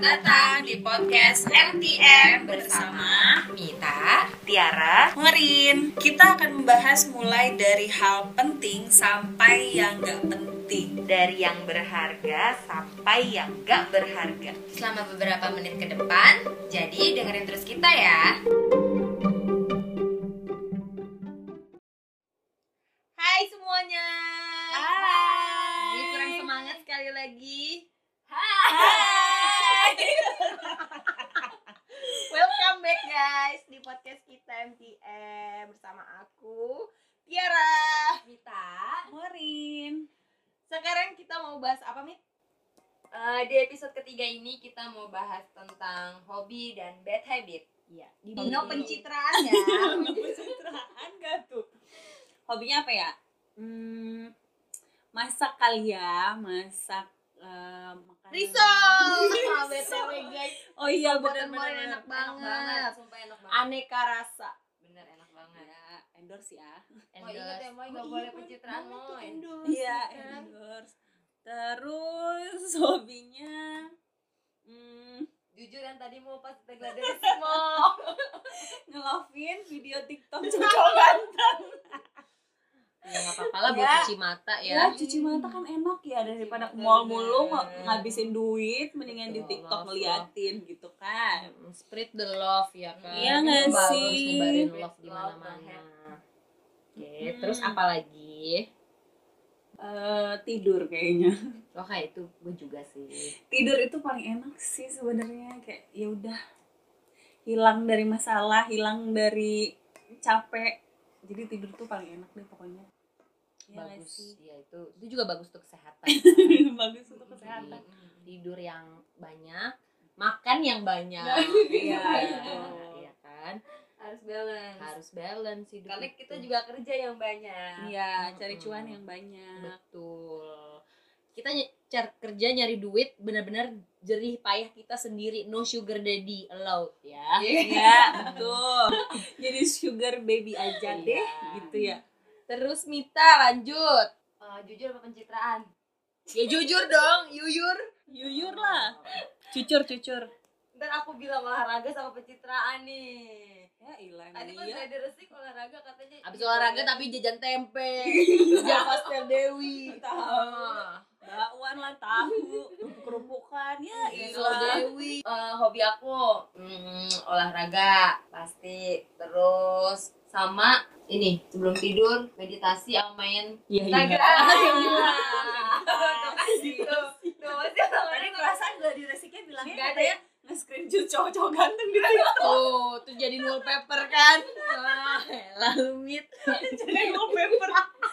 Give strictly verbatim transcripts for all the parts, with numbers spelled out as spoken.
datang di podcast M T M bersama Mita, Tiara, Merin. Kita akan membahas mulai dari hal penting sampai yang gak penting, dari yang berharga sampai yang gak berharga, selama beberapa menit ke depan. Jadi dengerin terus kita ya. Hai semuanya. Hai. Ini kurang semangat sekali lagi. Hai. Welcome back guys di podcast kita M T M bersama aku Tiara, Mita, Merin. Sekarang kita mau bahas apa, Mit? uh, di episode ketiga ini kita mau bahas tentang hobi dan bad habit. Iya, di no pencitraan ya. no pencitraan gak tuh? Hobinya apa ya? Hmm, masak kali ya, masak uh, makanan. Risol. B T W guys. Oh iya, Buatan benar-benar Morin enak banget. Sumpah enak banget. Aneka rasa. Bener enak banget. Ya, endorse ya. Oh ingat ya, Moy, gak boleh pencitraan, Moy. Iya, endorse. Terus hobinya hmm, Jujur yang tadi mau pas kita gladiresik mau ngelovin video TikTok cowok ganteng. ya nggak apa-apa lah buat Ya. cuci mata Ya, ya. cuci mata kan enak ya, daripada ke mata mall mulu bener. ngabisin duit, mendingan di Betul, TikTok love, ngeliatin gitu kan. Hmm, spread the love ya kan. Iya Itu nggak bagus sih? nyebarin Spread love di love mana-mana. Oke, Hmm. terus apa lagi? Eh, tidur kayaknya. Oh kayak itu gue juga sih. Tidur itu paling enak sih sebenarnya, kayak ya udah hilang dari masalah, hilang dari capek. Jadi tidur tuh paling enak deh pokoknya. Ya nggak Bagus. sih? Ya itu itu juga bagus untuk kesehatan. Bagus untuk kesehatan. Jadi, tidur yang banyak, makan yang banyak. Iya, Iya, itu. iya kan? Harus balance. Harus balance hidup. Karena itu. kita juga kerja yang banyak. Iya, cari Mm-mm. cuan yang banyak. Betul. Kita ny- cari kerja nyari duit benar-benar jerih payah kita sendiri, no sugar daddy allowed ya. Iya, betul. Jadi sugar baby aja deh, Iya. gitu ya. Terus Mita lanjut. Uh, jujur apa pencitraan? Ya jujur dong, yuyur. Yuyur lah. Cucur, cucur. Ntar aku bilang olahraga sama pencitraan nih. Ya ilah, Tadi pas iya. gladi resik olahraga katanya. Abis olahraga tapi jajan tempe, jajan pastel Dewi. Ah, Bakwan lah, tahu, kerupuk-kerupukan, ya Iso ilah. Dewi. Uh, hobi aku hmm, olahraga pasti, terus sama ini sebelum tidur meditasi sama main Iya, Instagram. iya. Gitu. Tuh pasti Tadi perasaan gladi resiknya bilangnya Nggak ada katanya nge-screenshot cowok-cowok ganteng di TikTok. Tuh, tuh jadi wallpaper kan. Wah, lalu Mit. Jadi wallpaper.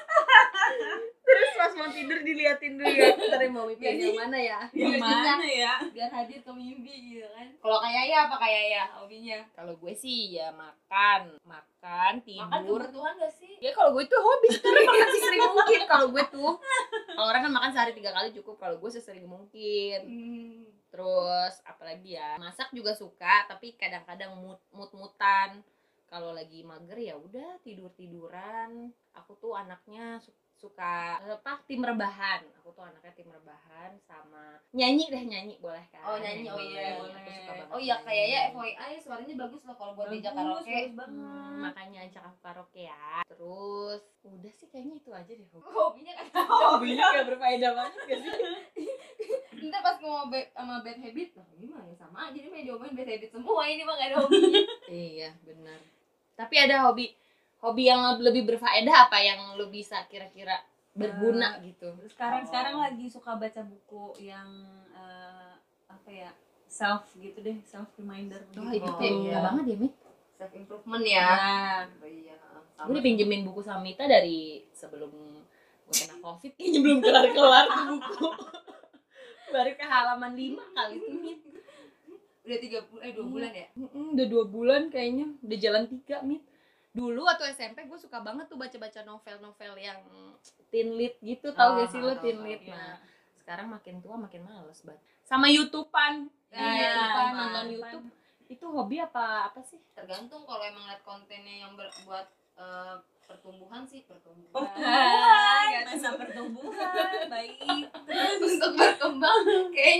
Terus pas mau tidur diliatin dulu ya. Ntar mau mimpi yang mana ya? Yang mana ya? biar hadir ke mimpi gitu kan. Kalau kayak ya apa kayak ya hobinya? Kalau gue sih ya makan, makan, Makan tidur. kebutuhan gak sih? Ya kalau gue tuh hobi sekarang makan sesering mungkin. Kalau gue tuh, kalau orang kan makan sehari tiga kali cukup. Kalau gue sesering mungkin. Hmm. Terus apalagi ya, masak juga suka, tapi kadang-kadang mut mut-mutan. Kalau lagi mager ya udah tidur tiduran. Aku tuh anaknya su suka apa tim rebahan. Aku tuh anaknya tim rebahan sama nyanyi deh, nyanyi boleh kan? Oh nyanyi, oh iya Aku boleh. suka banget Oh iya nyanyi. kayak ya F Y I suaranya bagus loh kalau buat diajak karaoke. bagus Hmm, banget. makanya ajak aku karaoke ya. Terus udah sih kayaknya itu aja deh. hobi. Hobinya kan. Hobinya gak berfaedah banget gak sih? Ntar pas ngomong ba- sama bad habit, nah gimana ya sama aja nih main diomongin bad habit semua ini mah gak ada hobinya. Iya benar. Tapi ada hobi hobi yang lebih berfaedah apa yang lu bisa kira-kira berguna gitu? Sekarang-sekarang lagi suka baca buku yang eh, apa ya? Self gitu deh, self reminder Oh, gitu. itu Oh, kayak iya. Mita banget ya, Mit. Self improvement ya. Nah, Oh iya. Gue udah pinjemin buku sama Mita dari sebelum gue kena covid, kayaknya belum kelar-kelar tuh buku. Baru ke halaman lima kali tuh, Mit. Udah tiga bulan, eh dua bulan ya. Mm-mm, udah dua bulan kayaknya, udah jalan tiga, Mit. Dulu waktu S M P gue suka banget tuh baca-baca novel-novel yang teen lit gitu, tau Oh, gak sih lo tahu, teen tahu, lit? iya. Nah, sekarang makin tua makin males banget. Sama YouTubean, Nah, nah, YouTubean. YouTubean, nonton YouTube. Itu hobi apa apa sih? Tergantung kalau emang liat kontennya yang ber- buat eh, pertumbuhan sih pertumbuhan. pertumbuhan, Ah, masa pertumbuhan, baik. Untuk berkembang kayaknya itu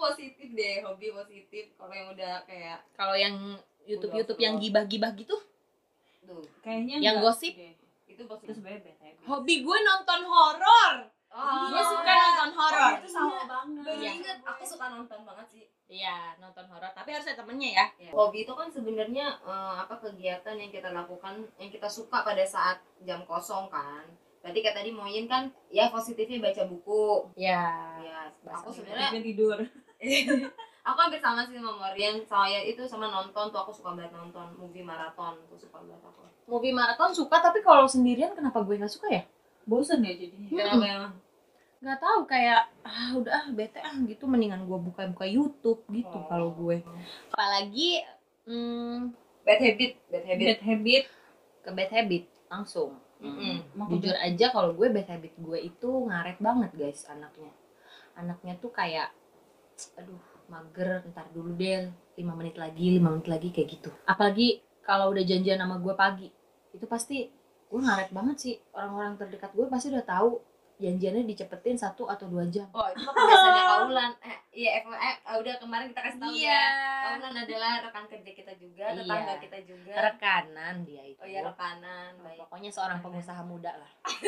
positif deh, hobi positif. Kalau yang udah kayak Kalau yang YouTube YouTube yang Udah, gibah-gibah gitu, tuh Kayaknya Yang enggak gosip? deh. itu Itu positif. sebenarnya bad habit. hobi gue nonton horor. Oh, Gue suka nonton horor. Itu sama banget. Baru Iya. inget, aku suka nonton banget sih. Iya, nonton horor, tapi harus ada temennya ya. Ya. Hobi itu kan sebenarnya eh, apa kegiatan yang kita lakukan, yang kita suka pada saat jam kosong kan. Berarti kayak tadi Moyin kan, ya positifnya baca buku. Ya. Ya, Bahasa aku Inggris. sebenarnya Tapi tidur. aku hampir sama sih sama Morian. Saya itu sama nonton tuh, aku suka banget nonton movie maraton tuh, suka banget aku. Movie maraton suka, tapi kalau sendirian kenapa gue nggak suka ya? Bosen ya jadinya. Kenapa emang? Nggak tahu, kayak ah udah ah bete ah gitu, mendingan gue buka-buka YouTube gitu Oh. kalau gue. Apalagi hmm, Bad habit, bad habit. Bad habit. ke bad habit langsung. Mm-mm. Mau Jujur aja kalau gue bad habit gue itu ngaret banget guys anaknya. Anaknya tuh kayak aduh mager, ntar dulu deh, lima menit lagi, lima menit lagi kayak gitu. Apalagi kalau udah janjian sama gue pagi, itu pasti gue ngaret banget sih. Orang-orang terdekat gue pasti udah tahu janjiannya dicepetin satu atau dua jam. Oh, itu mah kebiasaannya Kaulan. Eh, iya, F Y I, ah, udah kemarin kita kasih tahu Iya. ya. Kaulan adalah rekan kerja kita juga, Iya. tetangga kita juga. Rekanan dia itu. Oh iya, rekanan. Baik. Pokoknya seorang pengusaha muda lah.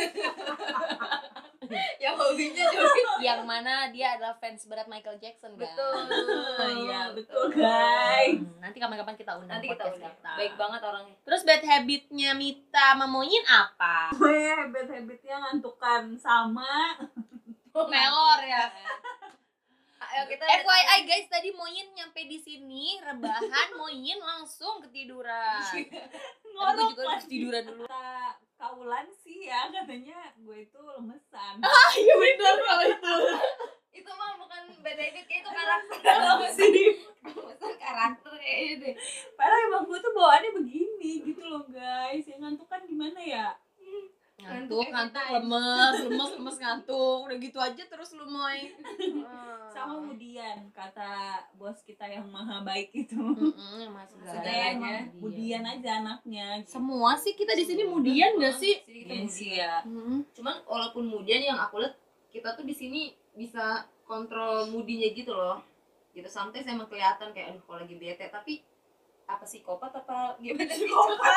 Yang hobinya juga. Yang mana dia adalah fans berat Michael Jackson, guys. Betul. Iya, betul guys. Hmm, nanti kapan-kapan kita undang Nanti kita podcast udah. kita. Baik banget orangnya. Terus bad habitnya Mita sama Moyin apa? Gue bad habitnya ngantukan sama. Melor ya. Ayo kita F Y I guys, tadi Moyin nyampe di sini rebahan, Moyin langsung ketiduran. Tapi gue Ngorok juga harus lagi. tiduran dulu. Kata Kaulan sih ya, katanya gue itu lemesan. Iya benar kalau itu. itu mah bukan bad habit, kayak itu karakter. sih. Bukan karakter kayaknya deh. Padahal emang gue tuh bawaannya begini gitu loh guys. Yang ngantuk kan gimana ya? Ngantuk, Ngantuk ngantuk, every time. lemes, lemes, lemes, ngantuk. Udah gitu aja terus lu Moy. Sama Budian, kata bos kita yang maha baik itu. Heeh, Mas Sebenarnya Segalanya. emang Budian aja anaknya. Gitu. Semua sih kita di sini mudian gak sih? Jadi kita Iya mudian. sih ya. Heeh. Cuman walaupun mudian, yang aku lihat kita tuh di sini bisa kontrol moodinya gitu loh. Gitu, sometimes emang kelihatan kayak aduh kalau lagi bete, tapi apa psikopat apa gimana sih?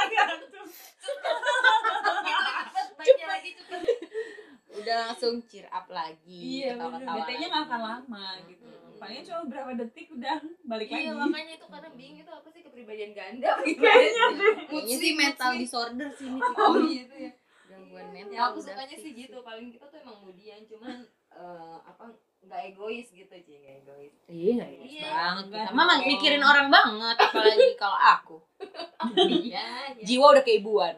Baiknya lagi cepet. Udah langsung cheer up lagi. Iya, ketawa-ketawa betenya lagi. nggak akan lama gitu. Hmm. Palingnya cuma berapa detik udah balik Iya, lagi. makanya itu kadang bingung itu apa sih, kepribadian ganda gitu. Kayaknya Kayaknya sih mental disorder sih ini. Oh gitu ya. Gangguan mental. Ya aku udah sukanya fix sih gitu, paling kita tuh emang mudian, cuman eh, apa nggak egois gitu sih, nggak egois. Iya, nggak egois Iya, banget. enggak Kita mama dong. mikirin orang banget, apalagi kalau aku. Iya, iya. Jiwa udah keibuan.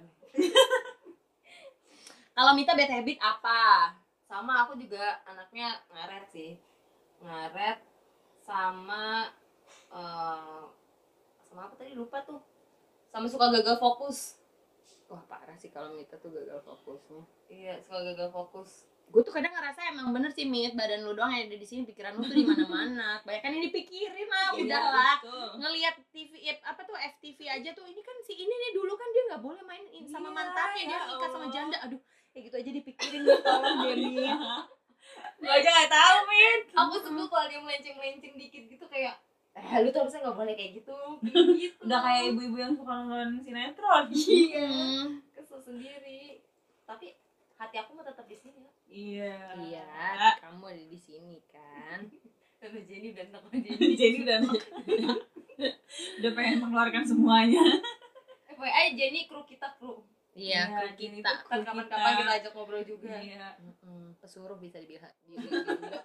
Kalau Mita bad habit apa? Sama aku juga anaknya ngaret sih, ngaret sama eh, sama apa tadi lupa tuh, sama suka gagal fokus. Wah parah sih kalau Mita tuh gagal fokusnya. Iya, suka gagal fokus. Gue tuh kadang ngerasa emang bener sih Mit, badan lu doang yang ada di sini, pikiran lu tuh di mana-mana. Banyak kan yang dipikirin lah, Iya, udahlah. betul. Ngelihat T V ya, apa tuh F T V aja tuh, ini kan si ini nih dulu kan dia nggak boleh main in- sama Iya, mantannya, dia ya nikah sama Allah. janda. Aduh, kayak gitu aja dipikirin gue, tolong deh Mit. Gue aja nggak tahu Min. Aku sebel kalau dia melenceng-melenceng dikit gitu, kayak eh lu tuh harusnya nggak boleh kayak gitu, kayak gitu. Udah kayak ibu-ibu yang suka nonton sinetron. Iya, Hmm. kesel sendiri. Tapi hati aku mah tetap di sini ya. Iya. Iya, kamu ada di sini kan. Sama Jenny dan sama Jenny. Jadi udah udah pengen mengeluarkan semuanya. F Y I Jenny kru kita kru. Iya, kru Jenny kita. tuh kru Kan kapan-kapan kita. kita ajak ngobrol juga. Iya. Mm-mm, pesuruh bisa dibilang. dibilang.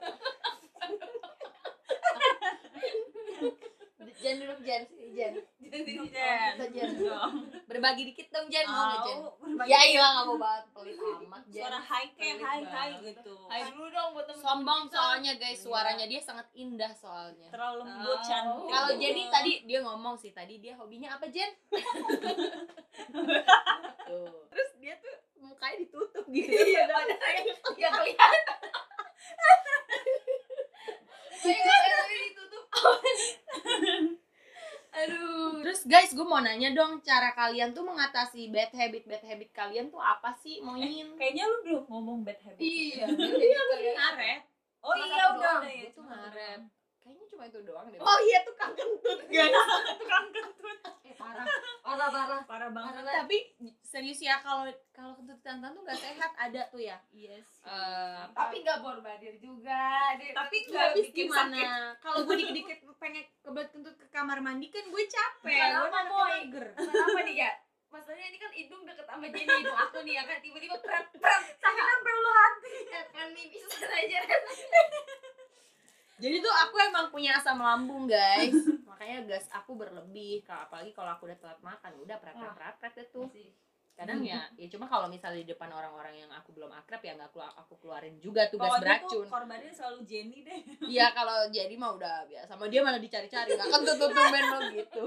Jan duduk Jan, sini Jan. Jadi Jen. Bisa, Jen. Dong. Berbagi dikit dong Jan, mau nggak Jan? Au, berbagi Ya iya nggak mau banget, pelit amat Jan. suara high kayak Pelit high high banget. gitu. Hai dulu dong buat temen Sombong kita. soalnya guys, suaranya dia sangat indah soalnya. Terlalu lembut Au. cantik. Kalau Jenny tadi dia ngomong sih, tadi dia hobinya apa Jen? Tuh. Terus dia tuh mukanya ditutup gitu. Iya, padahal nggak kelihatan. Saya nggak tahu tapi ditutup. Aduh. Terus guys, gue mau nanya dong, cara kalian tuh mengatasi bad habit bad habit kalian tuh apa sih, Moyin? Kayaknya lu belum ngomong bad habit. Iya, iya kayak Ngaret. Oh Salah iya satu udah doang. udah ya. Itu ngaret. Kayaknya cuma itu doang deh. Oh iya tukang kentut guys. Tukang kentut. Eh parah, parah parah. Parah banget. Parah. Tapi serius ya kalau kalau kentut tantan tuh nggak sehat ada tuh ya. Iya sih. Eh, Tapi nggak borbadir juga. Dia- Tapi itu nggak habis bikin gimana? Kalau gue dikit-dikit pengen kebelet kentut ke kamar mandi kan gue capek. Kenapa, Gue anaknya Boy? mager. Kenapa nih ya? Masalahnya ini kan hidung deket sama Jenny, hidung aku nih ya kan tiba-tiba prat prat sakit sampai ulu hati. kan nipisan aja rasanya. Jadi tuh aku emang punya asam lambung guys. Makanya gas aku berlebih. Kalau apalagi kalau aku udah telat makan, udah prat-prat-prat itu. Kadang ya, ya cuma kalau misalnya di depan orang-orang yang aku belum akrab ya nggak keluar, aku keluarin juga tuh gas Pokoknya beracun. tuh korbannya selalu Jenny deh. Iya kalau jadi mah udah biasa. Sama dia malah dicari-cari, nggak kan tutup-tutupin lo gitu.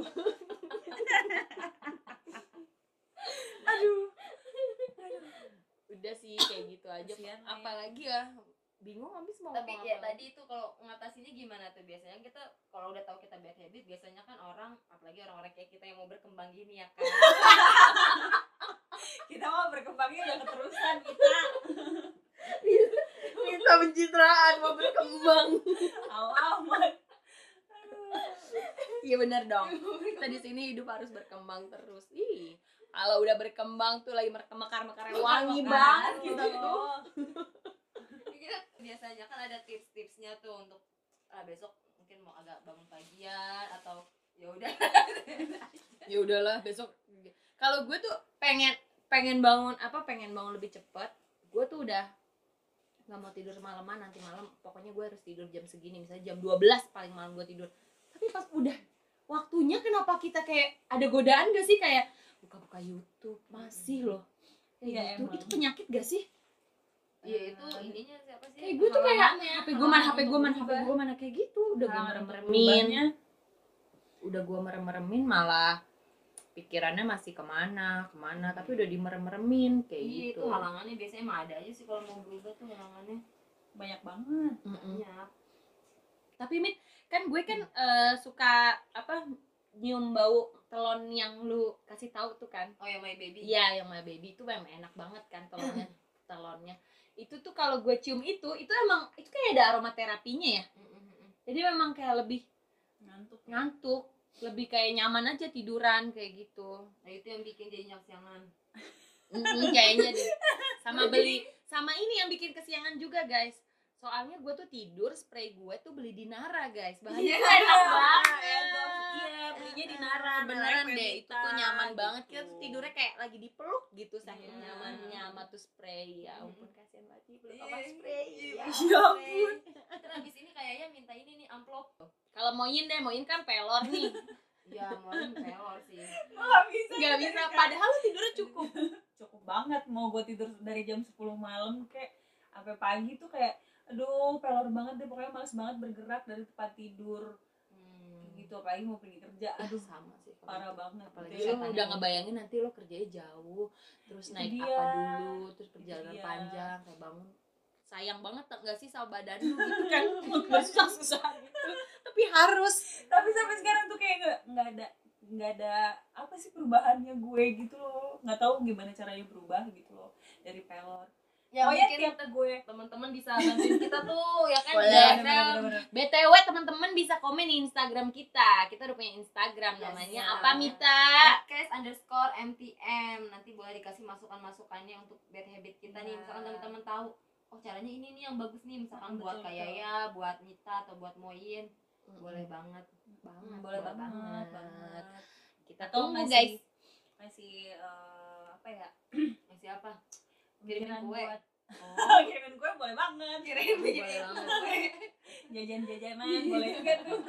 Aduh. Udah sih kayak gitu aja. Kasian, Mai. Apalagi ya bingung habis mau Tapi ngomong ya apa tadi itu kalau ngatasinnya gimana tuh biasanya kita kalau udah tahu kita bad habit biasanya kan orang apalagi orang-orang kayak kita yang mau berkembang gini ya kan. Kita mau berkembangnya udah keterusan kita. minta pencitraan mau berkembang. Amat. Iya benar dong. Kita di sini hidup harus berkembang terus. Ih, kalau udah berkembang tuh lagi mekar-mekar wangi banget kita tuh. Kita biasanya kan ada tips-tipsnya tuh untuk ah, besok mungkin mau agak bangun pagian atau ya udah. Ya udahlah besok. Kalau gue tuh pengen pengen bangun apa pengen bangun lebih cepat. Gue tuh udah nggak mau tidur malaman nanti malam. Pokoknya gue harus tidur jam segini. Misalnya jam dua belas paling malam gue tidur. Tapi pas udah waktunya kenapa kita kayak ada godaan gak sih kayak buka-buka YouTube masih loh. Kayak Iya, gitu. emang. Itu penyakit gak sih? Iya itu ininya siapa sih? Kayak gue tuh kayak Halangannya, H P gue mana, H P gue mana, H P halangan gue mana kayak gitu. Udah gue Halangan merem-meremin. perubahannya. Udah gue merem-meremin malah pikirannya masih kemana, kemana. Tapi udah dimerem-meremin kayak Iya gitu. itu halangannya biasanya mah ada aja sih kalau mau berubah tuh halangannya. Banyak banget. Mm-mm. Banyak. Tapi Mit, kan gue kan eh, suka apa nyium bau telon yang lu kasih tahu tuh kan. Oh ya my baby. Iya, yang My Baby itu memang enak banget kan telonnya, telonnya. Itu tuh kalau gue cium itu, itu emang itu kayak ada aromaterapinya ya. Mm, mm, mm. Jadi memang kayak lebih Ngantuk. ngantuk, lebih kayak nyaman aja tiduran kayak gitu. Nah itu yang bikin jadi nyaksangan. Mm, kayaknya deh. Sama beli, sama ini yang bikin kesiangan juga guys. Soalnya gue tuh tidur spray gue tuh beli di Nara guys. Bahannya Iya. tuh enak banget. Iya, belinya di Nara. Beneran Nara deh, itu tuh Pemita, nyaman banget. Kita gitu. tuh tidurnya kayak lagi dipeluk gitu saking Iya. nyamannya sama tuh spray. Ya ampun kasihan banget sih belum Iya, apa spray. iya, Ya Ya ampun. Terus abis ini kayaknya minta ini nih amplop. Kalau Moin deh, Moin kan pelor nih. Ya mau pelor sih. Nggak bisa. Nggak bisa, padahal lu tidurnya cukup. Cukup banget. Mau gue tidur dari jam sepuluh malam kayak sampai pagi tuh kayak aduh pelor banget deh, pokoknya males banget bergerak dari tempat tidur. Hmm. Gitu apalagi mau pergi kerja. Aduh Aduh, sama sih. kalau parah itu. banget. Apalagi Gitu. lu udah ngebayangin nanti lo kerjanya jauh, terus Itu naik dia. apa dulu, terus perjalanan dia. panjang, kayak bangun sayang banget nggak sih sama badan lu gitu kan. Nggak susah-susah gitu tapi harus. Tapi sampai sekarang tuh kayak nggak nggak ada nggak ada apa sih perubahannya gue gitu loh, nggak tahu gimana caranya berubah gitu loh dari pelor. Ya Oh ya mungkin tiap gue teman-teman bisa bantuin kita tuh ya kan Boleh, di bener, Instagram. B T W teman-teman bisa komen di Instagram kita. Kita udah punya Instagram Yes, namanya ya. apa Mita? Podcast underscore M T M. Nanti boleh dikasih masukan-masukannya untuk bad habit kita nih. Nah. Misalkan teman-teman tahu, oh caranya ini nih yang bagus nih. Misalkan Hmm, buat betul, kayak betul. ya, buat Nita atau buat Moin, boleh banget. banget, Hmm, boleh banget, banget. Kita Atau tunggu ngasih- guys. Masih eh, apa ya? Masih apa? Kirimin Kirimin kue. kue. Oh, Kirimin kue boleh banget. kirimin Boleh banget. kue. Jajan-jajanan boleh juga tuh.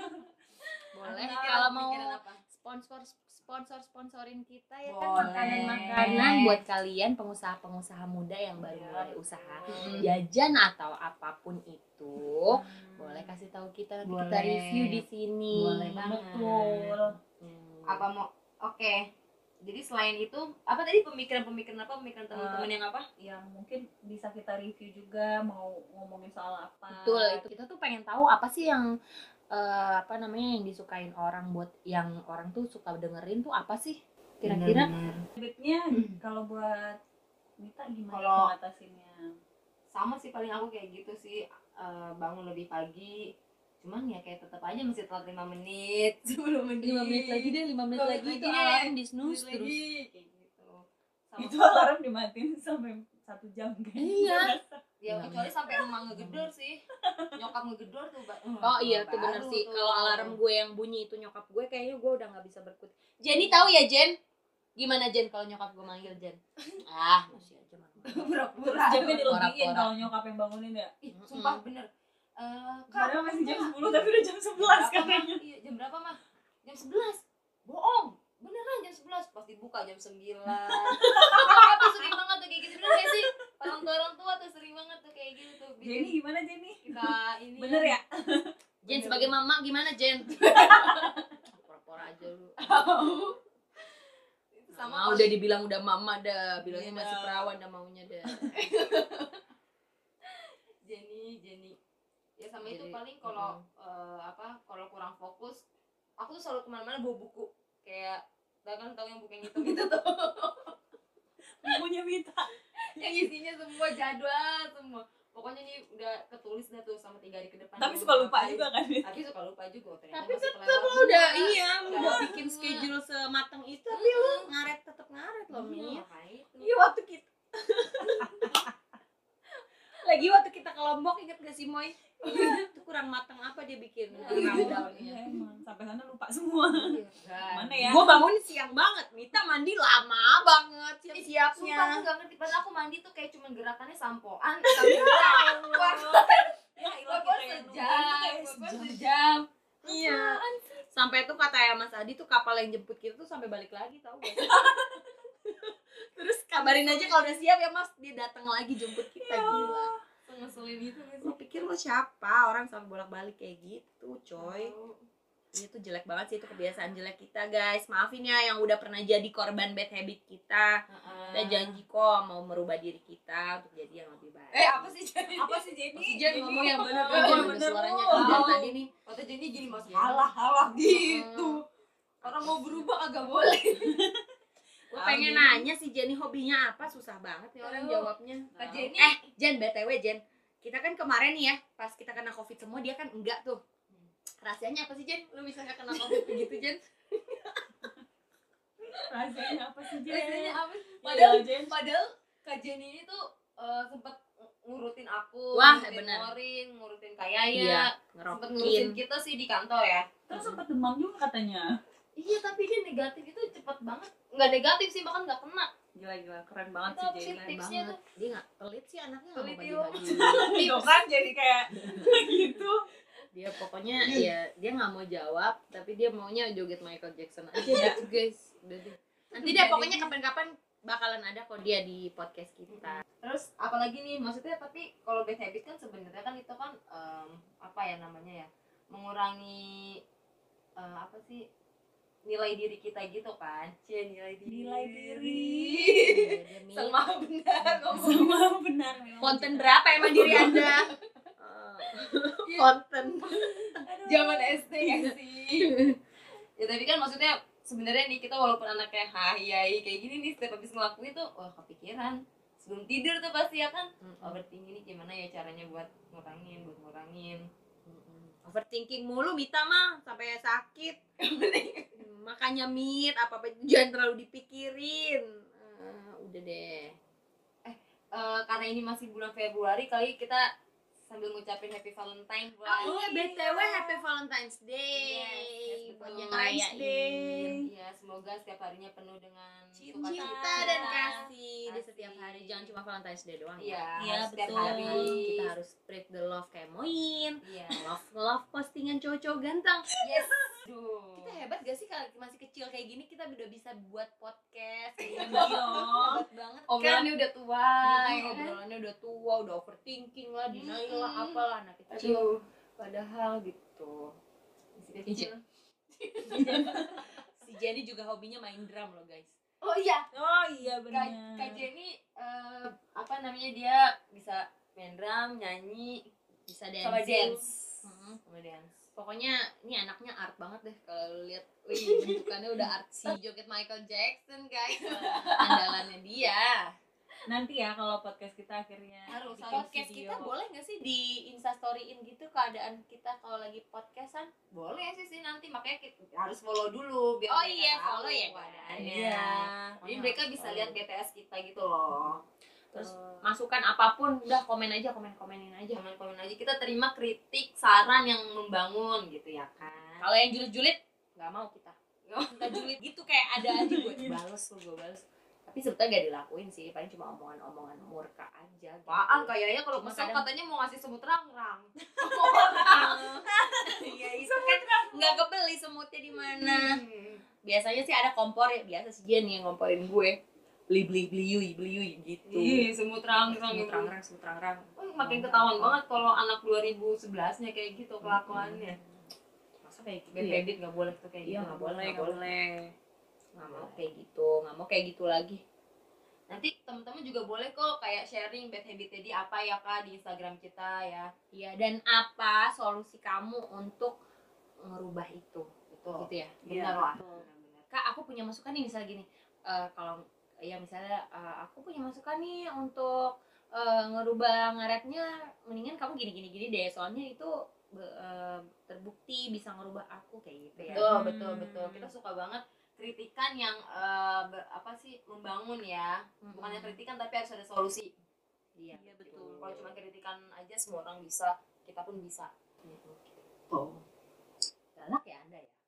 Boleh Pikiran- kalau mau pikiran apa? sponsor sponsor sponsorin kita ya Boleh. kan makanan-makanan buat kalian pengusaha-pengusaha muda yang baru Iya, mulai betul. usaha Mm. jajan atau apapun itu. Boleh kasih tahu kita nanti kita Boleh. review di sini. Boleh banget. Betul. Hmm. Apa mau? Oke. Jadi selain itu, apa tadi pemikiran-pemikiran apa? Pemikiran teman-teman yang apa? Yang mungkin bisa kita review juga, mau ngomongin soal apa. Betul, itu kita tuh pengen tahu apa sih yang eh, apa namanya yang disukain orang buat yang orang tuh suka dengerin tuh apa sih kira-kira? Bener-bener. Habitnya kalau buat Mita gimana Kalau- ngatasinnya? Sama sih paling aku kayak gitu sih, eh, bangun lebih pagi, cuman ya kayak tetap aja masih telat lima menit sepuluh menit lima menit lagi deh lima menit lima lagi menit itu lagi deh. alarm di snooze Menit terus lagi, kayak gitu. Sama Itu alarm dimatiin sampai satu jam kan. Iya. ya Lima kecuali menit. sampai emak ngegedor sih, nyokap ngegedor tuh ba- Oh iya tuh baru bener sih. tuh. Kalau alarm gue yang bunyi itu nyokap gue kayaknya gue udah nggak bisa berkutik. Jenny tahu ya Jen? Gimana Jen kalau nyokap gue manggil Jen? Ah masih aja mana. pura-pura Jamnya dilebihin Pora-pora. kalau nyokap yang bangunin ya. Ih, sumpah bener. Eh, Padahal kapan, masih jam Kak? sepuluh tapi udah jam sebelas Jam berapa, katanya. Mah? Iya, jam berapa mah? Jam sebelas. Bohong. Beneran jam sebelas. Pasti buka jam sembilan. Apa sering banget tuh kayak gitu bener gak sih? Orang tua orang tua tuh sering banget tuh kayak gitu tuh. Bikin Jenny gimana Jenny? kita ini. Bener ya? Jen sebagai mama gimana Jen? Pora-pora aja lu. Itu sama Sama pas- udah dibilang udah mama dah, bilangnya Iya masih dah. perawan dah maunya dah. Jenny, Jenny. Ya sama itu Jadi, paling kalau eh, apa? Kalau kurang fokus, aku tuh selalu kemana-mana bawa buku. Kayak, tau kan tahu yang buku yang hitam itu tuh. Bukunya Mita. Yang isinya semua jadwal semua. Pokoknya nih udah ketulis dah tuh sama tiga hari ke depan. Tapi Gua suka lupa ngapain. juga kan. Tapi suka lupa juga. Ternyata Tapi masih tetap kelewat lo semua. udah iya, lu Udah udah lewat bikin semua. schedule sematang itu tapi lu ngaret tetap ngaret loh Iya, Mi. makanya itu. Iya waktu kita lagi waktu kita ke Lombok inget gak sih Moy? Itu kurang matang apa dia bikin rundownnya. Iya emang sampai sana lupa semua. Kan. Mana ya? Gue bangun siang banget, Mita mandi lama banget Sumpah aku siap-siapnya. gak ngerti. Padahal aku mandi tuh kayak cuman gerakannya sampoan sambil lapar. Ya Lapar ilah kita yang sejam. nungguin tuh kayak Lapar sejam. sejam. Iya. Sampai tuh kata ya Mas Adi tuh kapal yang jemput kita tuh sampai balik lagi tau gak? Terus kabarin aja kalau udah siap ya Mas, dia datang lagi jemput kita gila. Ngeselin itu gak Lo sih? pikir lo siapa? Orang sampai bolak-balik kayak gitu, coy. Tahu. Ini tuh jelek banget sih, itu kebiasaan jelek kita, guys. Maafin ya yang udah pernah jadi korban bad habit kita. Heeh. Kita janji kok mau merubah diri kita untuk jadi yang lebih baik. Eh apa sih jadi? Apa sih Jenny? Si Jen ngomong yang bener Oh, tuh, Jen bener, ada suaranya Bu. Idan Oh. tadi nih. Kata jadi gini mas Iya. halah halah gitu. Orang mau berubah agak boleh. Gue pengen nanya si Jenny hobinya apa, susah banget nih orang Tahu. jawabnya. Kak Jenny. Eh, Jen, B T W Jen, kita kan kemarin nih ya, pas kita kena covid semua dia kan enggak tuh. Rahasianya apa sih Jen? Lu bisa gak kena covid begitu Jen? Rasanya apa sih Jen? Rasanya apa? sih? Iya, Padahal Jen. padahal Kak Jenny ini tuh eh, sempet ngurutin aku, Wah, ngurutin bener. Morin, ngurutin Kayaya, Iya, sempet ngerokin. ngurusin kita sih di kantor ya. Terus sempat demam juga katanya. Iya tapi dia negatif itu cepet banget. Nggak negatif sih bahkan nggak kena. Gila-gila keren banget Itu sih apa sih Jenny. tipsnya tuh? Dia gak pelit sih anaknya, gak mau Pelit bagi-bagi. Itu kan jadi kayak gitu. Dia pokoknya ya dia nggak mau jawab, tapi dia maunya joget Michael Jackson aja Iya. gitu guys. Udah deh. Nanti deh pokoknya kapan-kapan bakalan ada kok dia di podcast kita. Terus apalagi nih maksudnya tapi kalau bad habit kan sebenarnya kan itu kan em, apa ya namanya ya mengurangi eh, apa sih nilai diri kita gitu kan. Cie nilai diri. Nilai diri. Iya, dia Mi. Sama benar ngomong. Sama benar memang. Konten berapa emang diri Anda? Eh, konten. Zaman S D ya sih. Ya tapi kan maksudnya sebenarnya nih kita walaupun anaknya hai kayak gini nih setiap habis ngelakuin tuh wah kepikiran sebelum tidur tuh pasti ya kan overthinking ini gimana ya caranya buat ngurangin buat ngurangin. Overthinking mulu Mita mah sampai sakit. Makanya Mit apa apa jangan terlalu dipikirin. Eh, udah deh. Eh, karena ini masih bulan Februari kali kita sambil ngucapin Happy Valentine buat Oh iya, B T W Happy Valentine's Day. Yes, Buat happy yang Valentine's Day. ngerayain ya semoga setiap harinya penuh dengan Cinta. cinta dan kasih di Kasih. setiap hari. Jangan cuma Valentine's Day doang. Iya, ya. Iya, setiap betul. hari Kita harus spread the love kayak Moin. iya Love love postingan cowok-cowok ganteng. yes Duh. Kita hebat gak sih kalau masih kecil kayak gini kita udah bisa buat podcast kayak gini. Iya. Hebat banget. obrolannya udah tua Hmm, ya kan? obrolannya udah tua, udah overthinking lah, denial lah, Hmm. apalah anak kecil. Aduh. Padahal gitu. Masih kecil. Si Jenny juga hobinya main drum loh guys. Oh iya, Oh iya Kak, benar. Kak Jenny eh, apa namanya dia bisa main drum, nyanyi, Bisa sama dancing. dance. Mm-mm. Sama dance. Pokoknya ini anaknya art banget deh kalau lihat. Wih, bentukannya udah artsy. Joget Michael Jackson guys. Andalannya dia. nanti ya kalau podcast kita akhirnya Harus, bikin Podcast video. kita boleh nggak sih di instastoryin gitu keadaan kita kalau lagi podcastan? Boleh sih sih nanti, makanya kita harus follow dulu biar Oh mereka iya, tahu follow ya, keadaannya. Iya. Jadi mereka bisa lihat B T S kita gitu loh. Terus masukan apapun udah komen aja, komen-komenin aja. Komen-komen aja, kita terima kritik, saran yang membangun gitu ya kan. Kalau yang julid-julid nggak mau kita. Kita julid gitu kayak ada aja gue bales tuh, gue bales. Tapi sebetulnya gak dilakuin sih, paling cuma omongan-omongan murka aja gitu. Apaan kayaknya kalau Cuma kesel kadang- katanya mau ngasih semut rang-rang. Iya itu kan nggak kebeli semutnya di mana. Biasanya sih ada kompor ya, biasa sih dia nih yang ngomporin gue. Beli beli beli yui beli yui gitu. Ih, semut rang-rang Semut gitu. rang-rang, semut rang-rang. Oh, makin ketahuan banget kalau anak dua ribu sebelas-nya kayak gitu kelakuannya. Masa kayak gitu Bad ya? habit nggak boleh tuh kayak gitu. Iya nggak boleh nggak boleh. Nggak mau kayak gitu, nggak mau kayak gitu lagi. Nanti teman-teman juga boleh kok kayak sharing bad habitnya di apa ya kak di Instagram kita ya. Iya, dan apa solusi kamu untuk ngerubah itu? Betul. Gitu ya. Benar Iya. lah. Benar-benar. Kak, aku punya masukan nih misalnya gini. eh, kalau ya misalnya eh, aku punya masukan nih untuk eh, ngerubah ngaretnya, mendingan kamu gini gini gini deh, soalnya itu be- eh, terbukti bisa ngerubah aku kayak gitu ya. Betul, Hmm. betul, betul. Kita suka banget kritikan yang eh, ber- apa sih membangun ya. Bukannya kritikan tapi harus ada solusi. Iya, Iya, betul. Kalau cuma kritikan aja semua orang bisa, kita pun bisa. Oh. Galak ya Anda ya.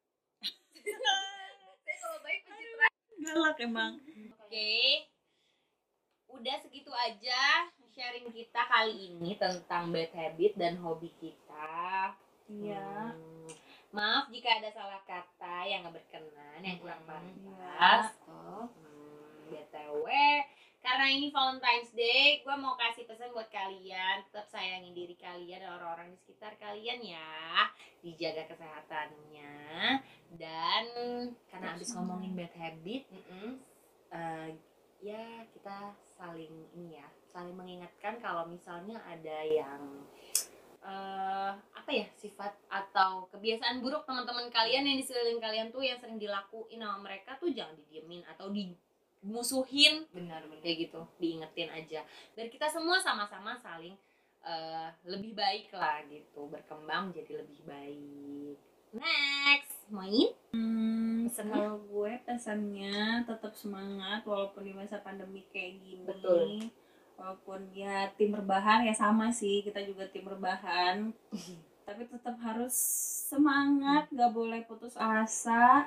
Saya kalau baik pencitraan. Galak emang. Oke, udah segitu aja sharing kita kali ini tentang bad habit dan hobi kita. Iya. Hmm, maaf jika ada salah kata yang nggak berkenan, yang kurang Hmm, pantas. Oh. Hmm, B T W, karena ini Valentine's Day, gue mau kasih pesan buat kalian, tetap sayangi diri kalian dan orang-orang di sekitar kalian ya, dijaga kesehatannya, dan karena habis ngomongin bad habit, Mm-mm. eh, ya kita saling ini ya, saling mengingatkan kalau misalnya ada yang eh apa ya sifat atau kebiasaan buruk teman-teman kalian yang di sekeliling kalian tuh yang sering dilakuin sama mereka tuh jangan didiemin atau dimusuhin Benar-benar. kayak gitu, diingetin aja dan kita semua sama-sama saling eh, lebih baik lah gitu, berkembang jadi lebih baik. Next, main Hmm, Pesannya? kalau gue pesannya tetap semangat walaupun di masa pandemi kayak gini. Betul. Walaupun ya tim rebahan ya sama sih, kita juga tim rebahan. Tapi tetap harus semangat, gak boleh putus asa.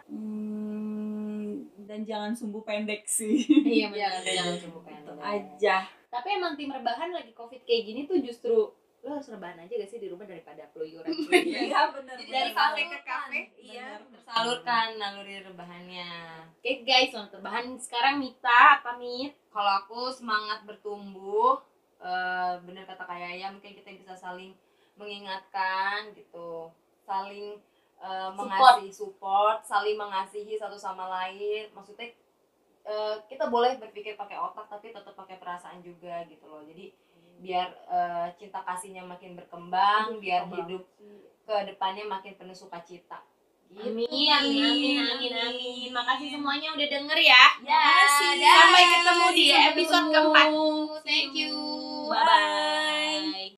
Hmm, dan jangan sumbu pendek sih. iya Jangan benar jangan cuma Itu pendek. aja. Tapi emang tim rebahan lagi covid kayak gini tuh justru lo harus rebahan aja gak sih di rumah daripada keluyuran keluyuran. Iya benar. Jadi Dari tersalurkan. kafe ke kafe, Iya, benar. tersalurkan naluri rebahannya. Oke guys, selamat rebahan. Sekarang Mita apa Mit? Kalau aku semangat bertumbuh, eh, bener kata Kak Yaya, mungkin kita bisa saling mengingatkan gitu, saling eh, mengasihi support, saling mengasihi satu sama lain. Maksudnya eh, kita boleh berpikir pakai otak tapi tetap pakai perasaan juga gitu loh. Jadi biar eh, cinta kasihnya makin berkembang, biar hidup ke depannya makin penuh sukacita. Gitu. Amin, amin, amin, amin. Makasih semuanya udah denger ya. Ya, Sampai ketemu di Sampai episode ketemu. keempat. Thank you. Bye-bye.